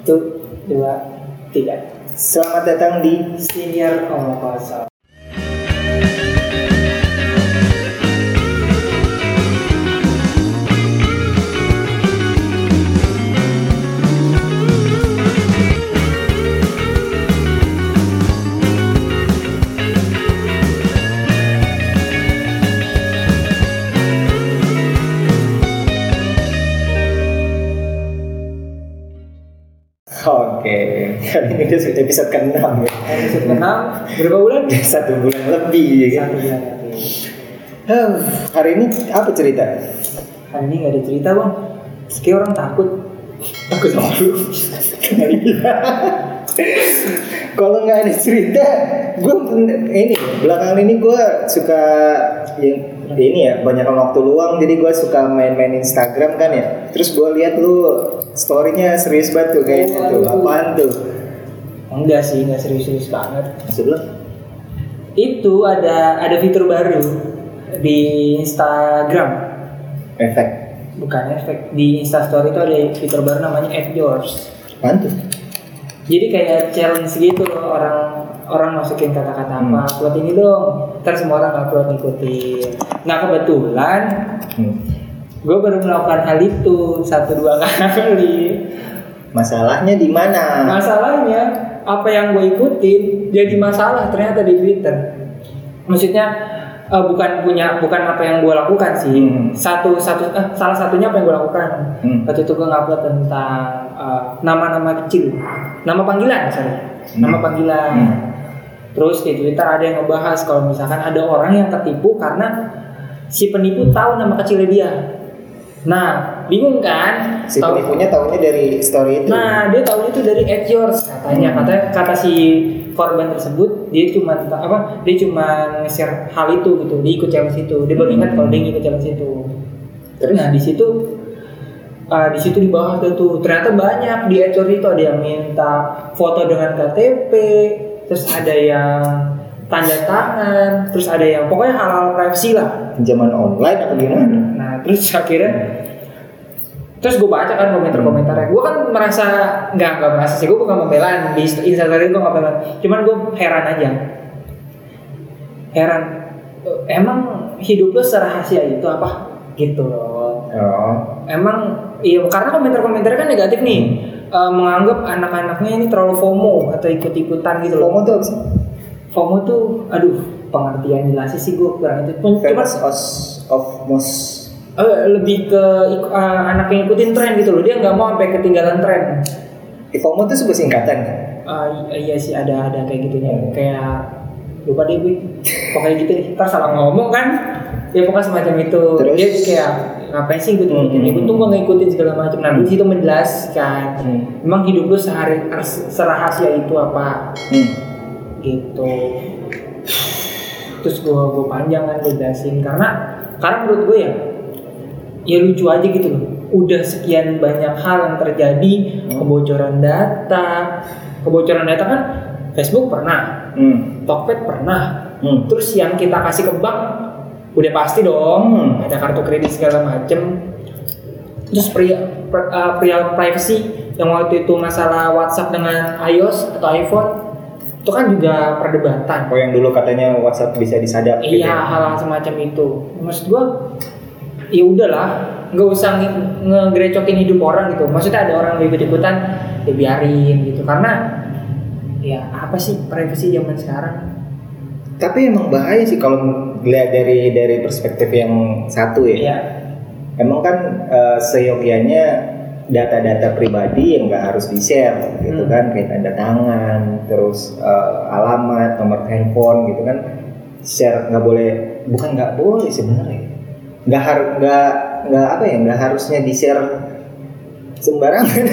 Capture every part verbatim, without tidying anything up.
Satu, dua, tiga. Selamat datang di Senior Omong Kosong. Oke, kali ini udah episode keenam ya. Episode keenam, berapa bulan? Satu bulan lebih ya kan? Satu bulan lebih. Huh, hari ini apa cerita? Hari ini nggak ada cerita bang. Kayak orang takut. Takut sama lu. Kalau nggak ada cerita, gue ini belakangan ini gue suka yang ini ya banyak waktu luang, jadi gue suka main-main Instagram kan ya. Terus gue lihat lu story-nya serius banget tuh kayaknya tuh. Apaan tuh? Enggak sih, nggak serius-serius banget. Maksud lu? Itu ada ada fitur baru di Instagram. Efek. Bukan efek. Di Instastory itu ada fitur baru namanya Add Yours. Apaan tuh? Jadi kayak challenge gitu loh, orang orang masukin kata-kata apa, hmm. upload ini dong. Ntar semua orang upload ngikutin. Nah kebetulan hmm. gue baru melakukan hal itu satu dua kali. Masalahnya di mana? Masalahnya apa yang gue ikutin jadi masalah ternyata di Twitter. Maksudnya uh, bukan punya bukan apa yang gue lakukan sih. Hmm. Satu satu eh, salah satunya apa yang gue lakukan. Hmm. Waktu itu gue ngupload tentang uh, nama-nama kecil, nama panggilan, sorry, hmm. nama panggilan. Hmm. Terus di Twitter ada yang ngebahas kalau misalkan ada orang yang tertipu karena si penipu tahu nama kecilnya dia. Nah, bingung kan? Si tahu, penipunya tahunya dari story itu. Nah, dia tahu itu dari Add Yours katanya. Hmm. Katanya kata si korban tersebut dia cuma apa? Dia cuma nge-share hal itu gitu. Dia ikut challenge itu. Dia baru ingat kalau dia ikut challenge itu. Terus nah di situ uh, di situ dibahas tuh. Ternyata banyak di Add Yours itu ada yang minta foto dengan K T P, terus ada yang tanda tangan, terus ada yang pokoknya hal-hal privacy lah. Pinjaman online atau gimana? Nah terus akhirnya terus gue baca kan komentar-komentarnya. Gue kan merasa nggak nggak merasa sih, gue bukan membela di Instagram gue nggak membela, cuman gue heran aja. Heran, emang hidup lo serahasia itu apa gitu loh. Oh. Emang iya, karena komentar-komentarnya kan negatif nih. Uh, menganggap anak-anaknya ini terlalu FOMO atau ikut-ikutan gitu loh. FOMO tuh apa sih? FOMO tuh, aduh, pengertian jelasnya sih gue kurang itu. Cuma of most uh, lebih ke uh, anak yang ikutin tren gitu loh. Dia nggak mau sampai ketinggalan tren. FOMO tuh sebuah singkatan. Uh, iya sih ada ada kayak gitunya. Hmm. Kayak lupa deh gue. Pokoknya gitu deh. Ntar salah ngomong kan. Ya pokoknya semacam itu. Terus? Dia kayak ngapain sih gue ikutin? Hmm. Gue nggak ngikutin segala macam. Nah, di situ menjelaskan. Hmm. Memang hidup lu sehari serahasia itu apa? Hmm. Gitu. Terus gue gue panjang kan gue jelasin karena karena menurut gue ya ya lucu aja gitu loh. Udah sekian banyak hal yang terjadi, kebocoran data, kebocoran data kan Facebook pernah, hmm. Tokped pernah, hmm. terus yang kita kasih ke bank udah pasti dong, hmm. ada kartu kredit segala macem. Terus pria pria privacy yang waktu itu masalah WhatsApp dengan iOS atau iPhone itu kan juga perdebatan. Oh yang dulu katanya WhatsApp bisa disadap. Iya gitu ya? Hal-hal semacam itu. Maksud gue, ya udahlah, nggak usah ngegerecokin hidup orang gitu. Maksudnya ada orang yang ikut-ikutan, ya biarin gitu. Karena ya apa sih privacy zaman sekarang? Tapi emang bahaya sih kalau lihat dari dari perspektif yang satu ya. Iya. Emang kan uh, seyogianya data-data pribadi yang nggak harus di-share gitu hmm. kan, kayak tanda tangan, terus uh, alamat, nomor handphone gitu kan, share nggak boleh, bukan nggak boleh sebenarnya, nggak harus nggak nggak apa ya nggak harusnya di-share sembarangan,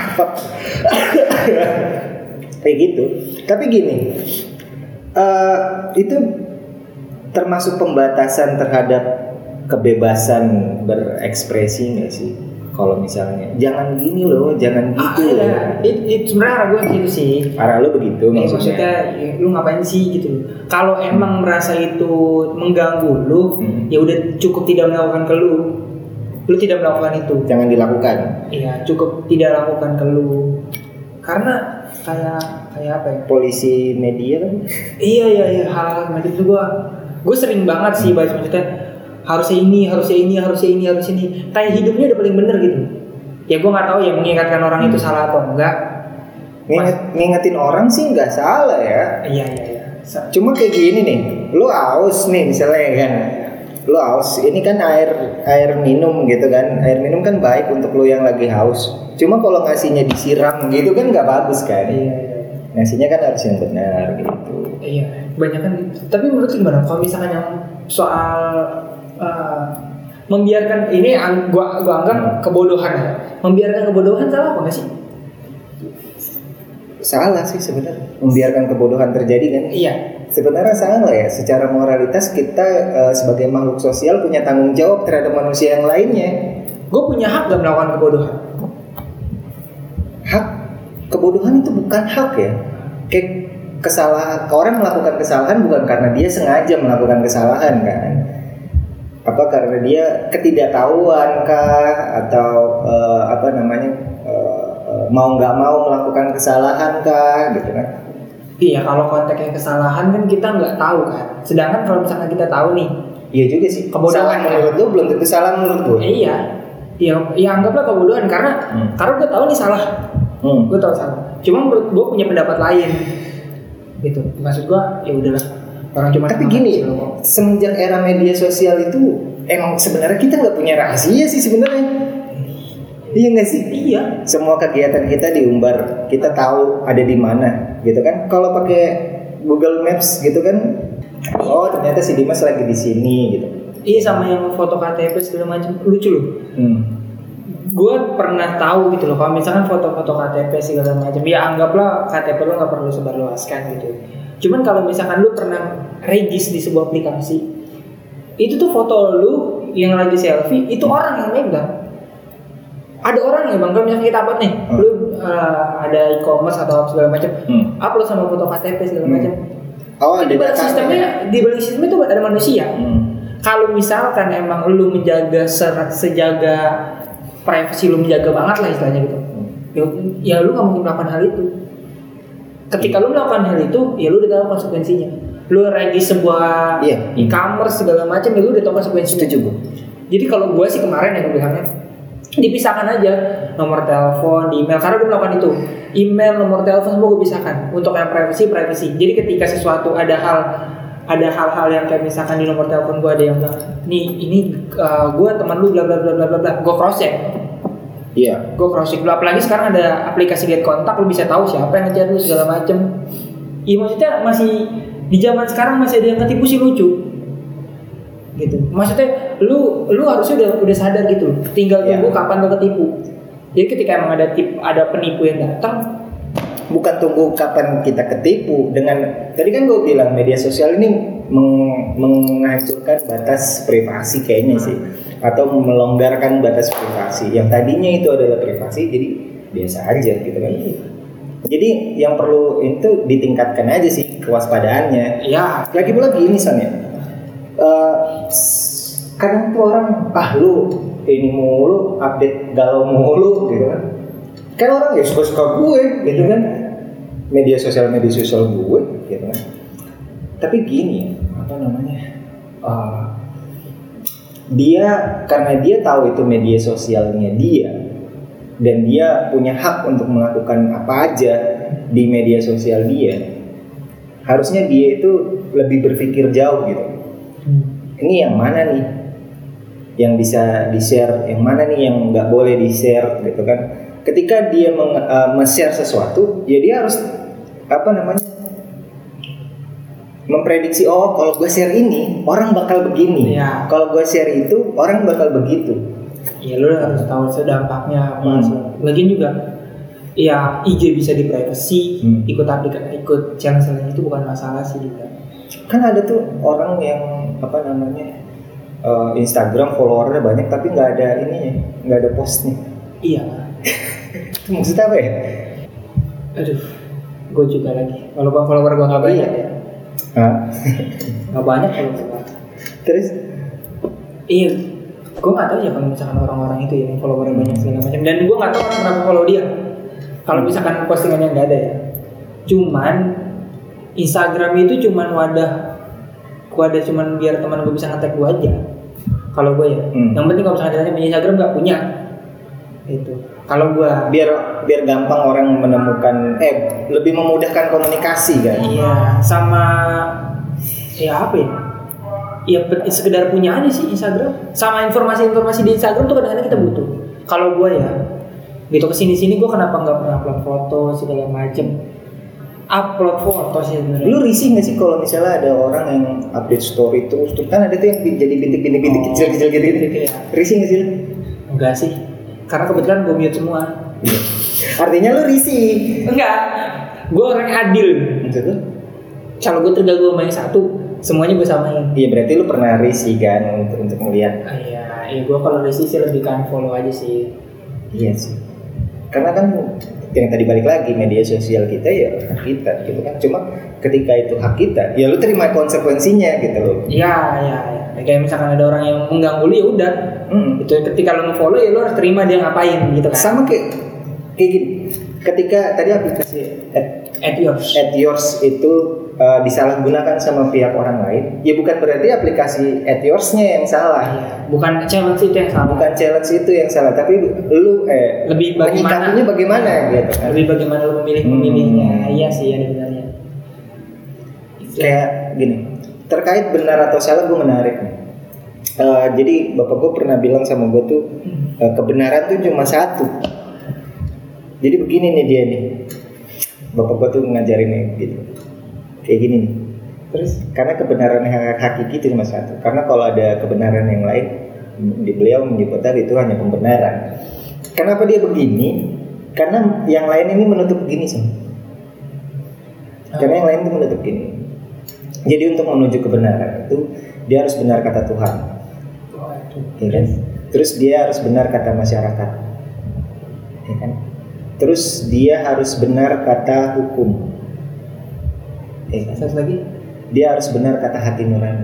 kayak gitu. Tapi gini, uh, itu termasuk pembatasan terhadap kebebasan berekspresi nggak sih? Kalau misalnya jangan gini loh, jangan gitu. Ah, itu it, sebenarnya arah gue gitu sih. Arah lu begitu eh, maksudnya. Maksudnya lu ngapain sih gitu. Kalau hmm. emang merasa itu mengganggu lu, hmm. ya udah cukup tidak melakukan ke lu. Lu tidak melakukan itu. Jangan dilakukan. Iya, cukup tidak lakukan ke lu. karena kayak kayak apa ya? Polisi media kan? Iya iya iya hal macam itu gue gue sering banget sih bahas maksudnya harusnya ini harusnya ini harusnya ini harusnya ini kayak hidupnya udah paling bener gitu. Ya gue nggak tahu ya mengingatkan orang itu salah atau enggak. Nginget, ngingetin orang sih nggak salah ya. Iya iya iya. Cuma kayak gini nih, lu aus nih misalnya kan, lu aus, ini kan air air minum gitu kan, air minum kan baik untuk lu yang lagi haus. Cuma kalau ngasihnya disiram gitu kan nggak bagus kan. Iya, iya. Ngasihnya kan harus yang benar gitu. Iya, banyak kan. Tapi menurut gimana? Kalau misalkan yang soal uh, membiarkan ini, gua gua anggap hmm. kebodohan ya. Membiarkan kebodohan salah apa nggak sih? Salah sih sebenarnya, membiarkan kebodohan terjadi kan? Iya. Sebenarnya salah ya. Secara moralitas kita uh, sebagai makhluk sosial punya tanggung jawab terhadap manusia yang lainnya. Gue punya hak gak melakukan kebodohan? Hak kebodohan itu bukan hak ya. Kayak kesalahan, orang melakukan kesalahan bukan karena dia sengaja melakukan kesalahan kan? Apa karena dia ketidaktahuan kah atau uh, apa namanya uh, uh, mau nggak mau melakukan kesalahan kah gitu kan? Iya, kalau konteksnya kesalahan kan kita nggak tahu kan. Sedangkan kalau misalkan kita tahu nih, iya juga sih. Kebodohan menurut lu belum tentu salah menurut gue. Eh, iya, ya, ya anggaplah kebodohan karena hmm. karena gue tahu nih salah, hmm. gue tahu salah. Cuma menurut gue punya pendapat lain, gitu. Maksud gue ya udahlah. Orang cuma. Tapi gini, semenjak era media sosial itu emang sebenarnya kita nggak punya rahasia sih sebenarnya. Iya nggak sih? Iya. Semua kegiatan kita diumbar, kita tahu ada di mana, gitu kan? Kalau pakai Google Maps gitu kan, oh ternyata si Dimas lagi di sini, gitu. Iya sama yang foto K T P segala macam lucu loh. Hmm. Gue pernah tahu gitu loh, kalau misalkan foto-foto K T P segala macam, ya anggaplah K T P lo nggak perlu sebarluaskan gitu. Cuman kalau misalkan lu pernah regis di sebuah aplikasi, itu tuh foto lu yang lagi selfie, itu orang yang megang. Ada orang ya bang, kalau misalnya kita upload nih, hmm. lu uh, ada e-commerce atau segala macam, hmm. upload sama foto K T P segala hmm. macam. Oh, di balik sistemnya, di balik sistem itu ada manusia. Hmm. Kalau misalkan emang lu menjaga ser- sejaga privasi lu menjaga banget lah istilahnya gitu, hmm. ya, ya lu nggak mungkin melakukan hal itu. Ketika lu melakukan hal itu, ya lu udah tahu konsekuensinya. Lu regis sebuah yeah. e-commerce segala macam, ya lu udah tahu konsekuensinya. Setuju gue. Jadi kalau gue sih kemarin ya gue bilangnya, dipisahkan aja nomor telepon, di email, karena gue melakukan itu. Email, nomor telepon semua gue pisahkan. Untuk yang privacy, privacy. Jadi ketika sesuatu ada hal, ada hal-hal yang kayak misalkan di nomor telepon gue ada yang bilang, nih ini uh, gue teman lu bla bla bla bla bla, gue cross check. Iya. Yeah. Gue cross check. Apalagi sekarang ada aplikasi get kontak, lu bisa tahu siapa yang ngechat lu segala macem. Iya maksudnya masih di zaman sekarang masih ada yang ketipu sih lucu. Gitu. Maksudnya lu lu harusnya udah udah sadar gitu. Tinggal tunggu yeah. kapan lu ketipu. Jadi ketika emang ada tip ada penipu yang datang, bukan tunggu kapan kita ketipu. Dengan tadi kan gue bilang media sosial ini meng, menghancurkan batas privasi kayaknya sih, atau melonggarkan batas privasi. Yang tadinya itu adalah privasi jadi biasa aja gitu kan. Jadi yang perlu itu ditingkatkan aja sih kewaspadaannya. Iya. Lagi pula gini soalnya. Uh, kadang tuh orang ah lu ini mulu update galau mulu gitu kan, kan orang ya suka-suka gue gitu kan, media sosial media sosial gue gitu kan. Tapi gini apa namanya uh, dia karena dia tahu itu media sosialnya dia dan dia punya hak untuk melakukan apa aja di media sosial dia, harusnya dia itu lebih berpikir jauh gitu. Ini yang mana nih yang bisa di-share, yang mana nih yang nggak boleh di-share gitu kan. Ketika dia meng, uh, men-share sesuatu, ya dia harus apa namanya memprediksi, oh kalau gue share ini orang bakal begini, ya. Kalau gue share itu orang bakal begitu. Ya lu harus tahu sedampaknya apa. Hmm. Lagian juga ya I G bisa di privacy, hmm. ikut aplikasi, ikut channel itu bukan masalah sih juga. Kan ada tuh orang yang apa namanya uh, Instagram followernya banyak tapi nggak ada ininya, nggak ada postnya. Iya. Itu maksudnya apa ya? Aduh, gue juga lagi. Kalau bang follower gue nggak banyak ya. Hah? Nggak banyak kalau follower. Terus? Iya, gue nggak tahu ya kalau misalkan orang-orang itu yang followernya banyak segala macam. Dan gue nggak tahu orang kenapa follow dia. Kalau misalkan postingannya nggak ada ya. Cuman Instagram itu cuman wadah, wadah cuman biar teman gue bisa nge-tag gue aja. Kalau gue ya, hmm. yang penting kalau misalkan punya Instagram nggak punya, itu. Kalau gue biar biar gampang orang menemukan, eh lebih memudahkan komunikasi kan. Iya, sama ya apa ya? Ya sekedar punya aja sih Instagram. Sama informasi-informasi di Instagram tuh kadang-kadang kita butuh. Kalau gue ya, gitu kesini-sini gue kenapa nggak pernah upload foto segala macem. Upload foto sih sebenarnya. Lu risih nggak sih kalau misalnya ada orang yang update story terus, terus kan ada tuh yang jadi bintik-bintik-bintik oh, kecil-kecil gitu, gitu. Ya. Risih nggak sih? Enggak sih, karena kebetulan gue mute semua. Artinya lu risih? Enggak, gue orang adil. Maksudnya? Kalau gue terganggu sama yang satu, semuanya gue samain. Iya berarti lu pernah risih kan untuk untuk melihat? Ah, iya, iya gue kalau risih sih lebih kan follow aja sih. Iya sih, karena kan yang tadi balik lagi media sosial kita ya hak kita gitu kan, cuma ketika itu hak kita ya lu terima konsekuensinya gitu loh. Iya iya ya. Kayak misalkan ada orang yang mengganggu lu ya udah hmm. itu ketika lu follow ya lu harus terima dia ngapain gitu kan. Sama kayak kayak gini, ketika tadi aplikasi at, at yours at yours itu uh, disalahgunakan sama pihak orang lain, ya bukan berarti aplikasi at yours-nya yang salah. Iya. Bukan challenge itu yang salah. Bukan challenge itu yang salah, tapi lu eh lebih bagaimana bagaimana gitu kan. Lebih bagaimana lu memilih memilihnya. Hmm. Iya sih ada benarnya. Kayak gini, terkait benar atau salah gue menarik nih. Uh, jadi bapak gue pernah bilang sama gue tuh uh, kebenaran tuh cuma satu. Jadi begini nih dia nih, bapak gue tuh ngajarin nih gitu. Kayak gini nih. Terus karena kebenaran yang hakiki itu cuma satu. Karena kalau ada kebenaran yang lain, di beliau menyebut tadi itu hanya pembenaran. Kenapa dia begini? Karena yang lain ini menutup begini sih. Karena yang lain itu menutup gini. Jadi untuk menuju kebenaran itu dia harus benar kata Tuhan. Ya kan? Terus dia harus benar kata masyarakat. Ya kan? Terus dia harus benar kata hukum. Ya kan? Satu lagi, dia harus benar kata hati nurani.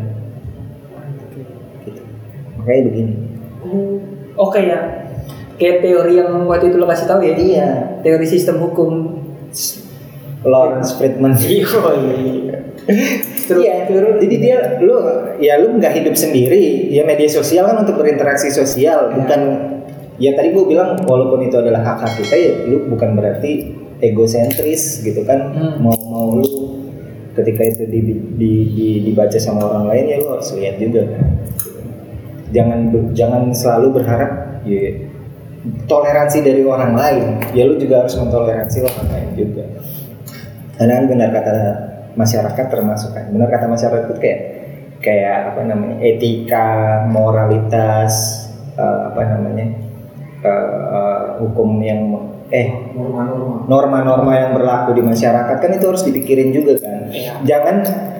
Gitu. Makanya begini. Oh, oke okay ya. Kayak teori yang waktu itu lo kasih tahu ya? Iya. Teori sistem hukum Lawrence Friedman. Iya. Iya, jadi dia lu ya lu nggak hidup sendiri. Ya media sosial kan untuk berinteraksi sosial, ya. Bukan ya tadi gue bilang walaupun itu adalah hak hak kita ya, lu bukan berarti egosentris gitu kan. Hmm. Mau mau lu ketika itu di, di, di, dibaca sama orang lain ya lu harus lihat juga kan. Jangan jangan selalu berharap ya toleransi dari orang lain. Ya lu juga harus mentoleransi orang lain juga. Karena kan benar kata masyarakat termasuk kan. Benar kata masyarakat itu kayak kayak apa namanya? Etika, moralitas, uh, apa namanya? Uh, uh, hukum yang eh norma-norma norma-norma yang berlaku di masyarakat kan itu harus dipikirin juga kan. Iya. Jangan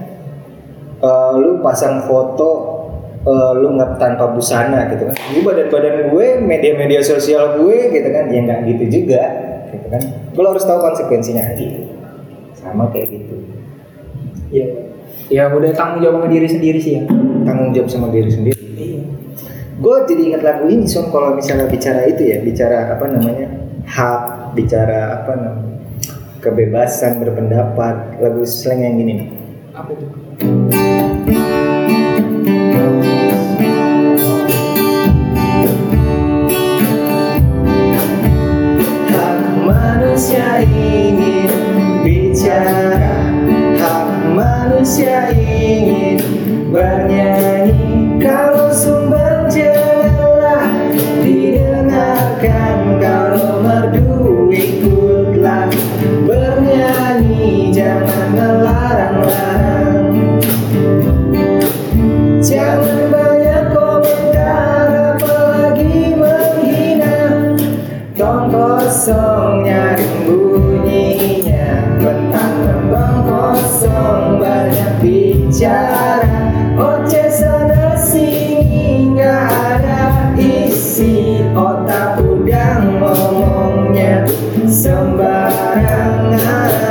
uh, lu pasang foto uh, lu nggak tanpa busana gitu kan. Ini badan-badan gue, media-media sosial gue gitu kan. Ya nggak gitu juga gitu kan. Lu harus tahu konsekuensinya aja. Sama kayak gitu. Iya. Ya udah tanggung jawab sama diri sendiri sih ya. Tanggung jawab sama diri sendiri. Iya. Gue jadi ingat lagu ini Son, kalau misalnya bicara itu ya, bicara apa namanya? Hak, bicara apa namanya? Kebebasan berpendapat, lagu slang yang gini nih. Apa itu? Hak manusia ingin bicara, hak manusia ingin bernyanyi. Kalau sumber jelah didengarkan, kalau merdu ikutlah bernyanyi. Jangan melarang-larang, jangan banyak komentar apalagi menghina. Tong kosong nyaring bunyinya, mentang-mentang kosong banyak bicara. Oceh sana sini nggak ada isi, otak udang ngomongnya sembarangan.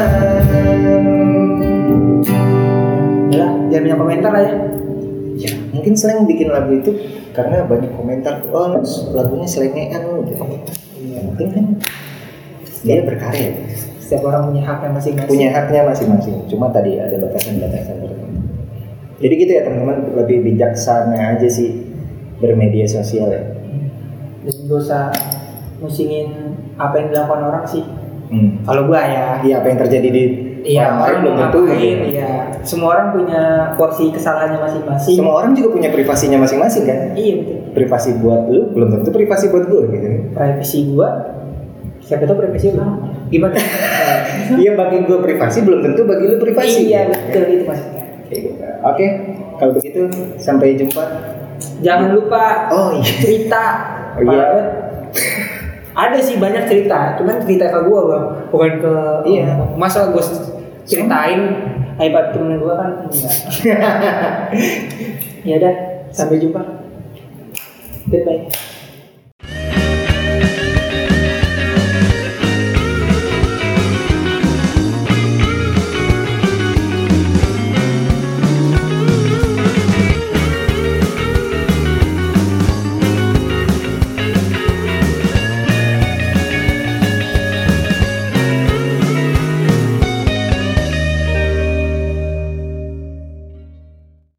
Ya, jangan banyak komentar lah ya. Ya, mungkin slang bikin lagu itu karena banyak komentar. Oh, lagunya selengean gitu. Iya. Mungkin kan dia berkarya. Setiap orang punya haknya masing-masing. Punya haknya masing-masing. Cuma tadi ada batasan-batasan tertentu. Jadi gitu ya teman-teman, lebih bijaksana aja sih bermedia sosial ya. Dan gak usah musingin apa yang dilakukan orang sih. Hmm. Kalau gua ya. Iya, apa yang terjadi di Iya, orang belum tentu. Iya, semua orang punya porsi kesalahannya masing-masing. Semua orang juga punya privasinya masing-masing kan? Iya betul. Privasi buat lu belum tentu privasi buat gue gitu. Privasi gua, siapa tahu privasi lu gimana? Iya, bagi gue privasi belum tentu bagi lu privasi. Iya betul, itu maksudnya. Oke, kalau begitu sampai jumpa. Jangan lupa oh iya cerita. Oh iya. Ada sih banyak cerita, cuman cerita ke gua bang, bukan ke iya. Masa gua ceritain hebat temen gua kan enggak. Ya udah, sampai jumpa. Goodbye.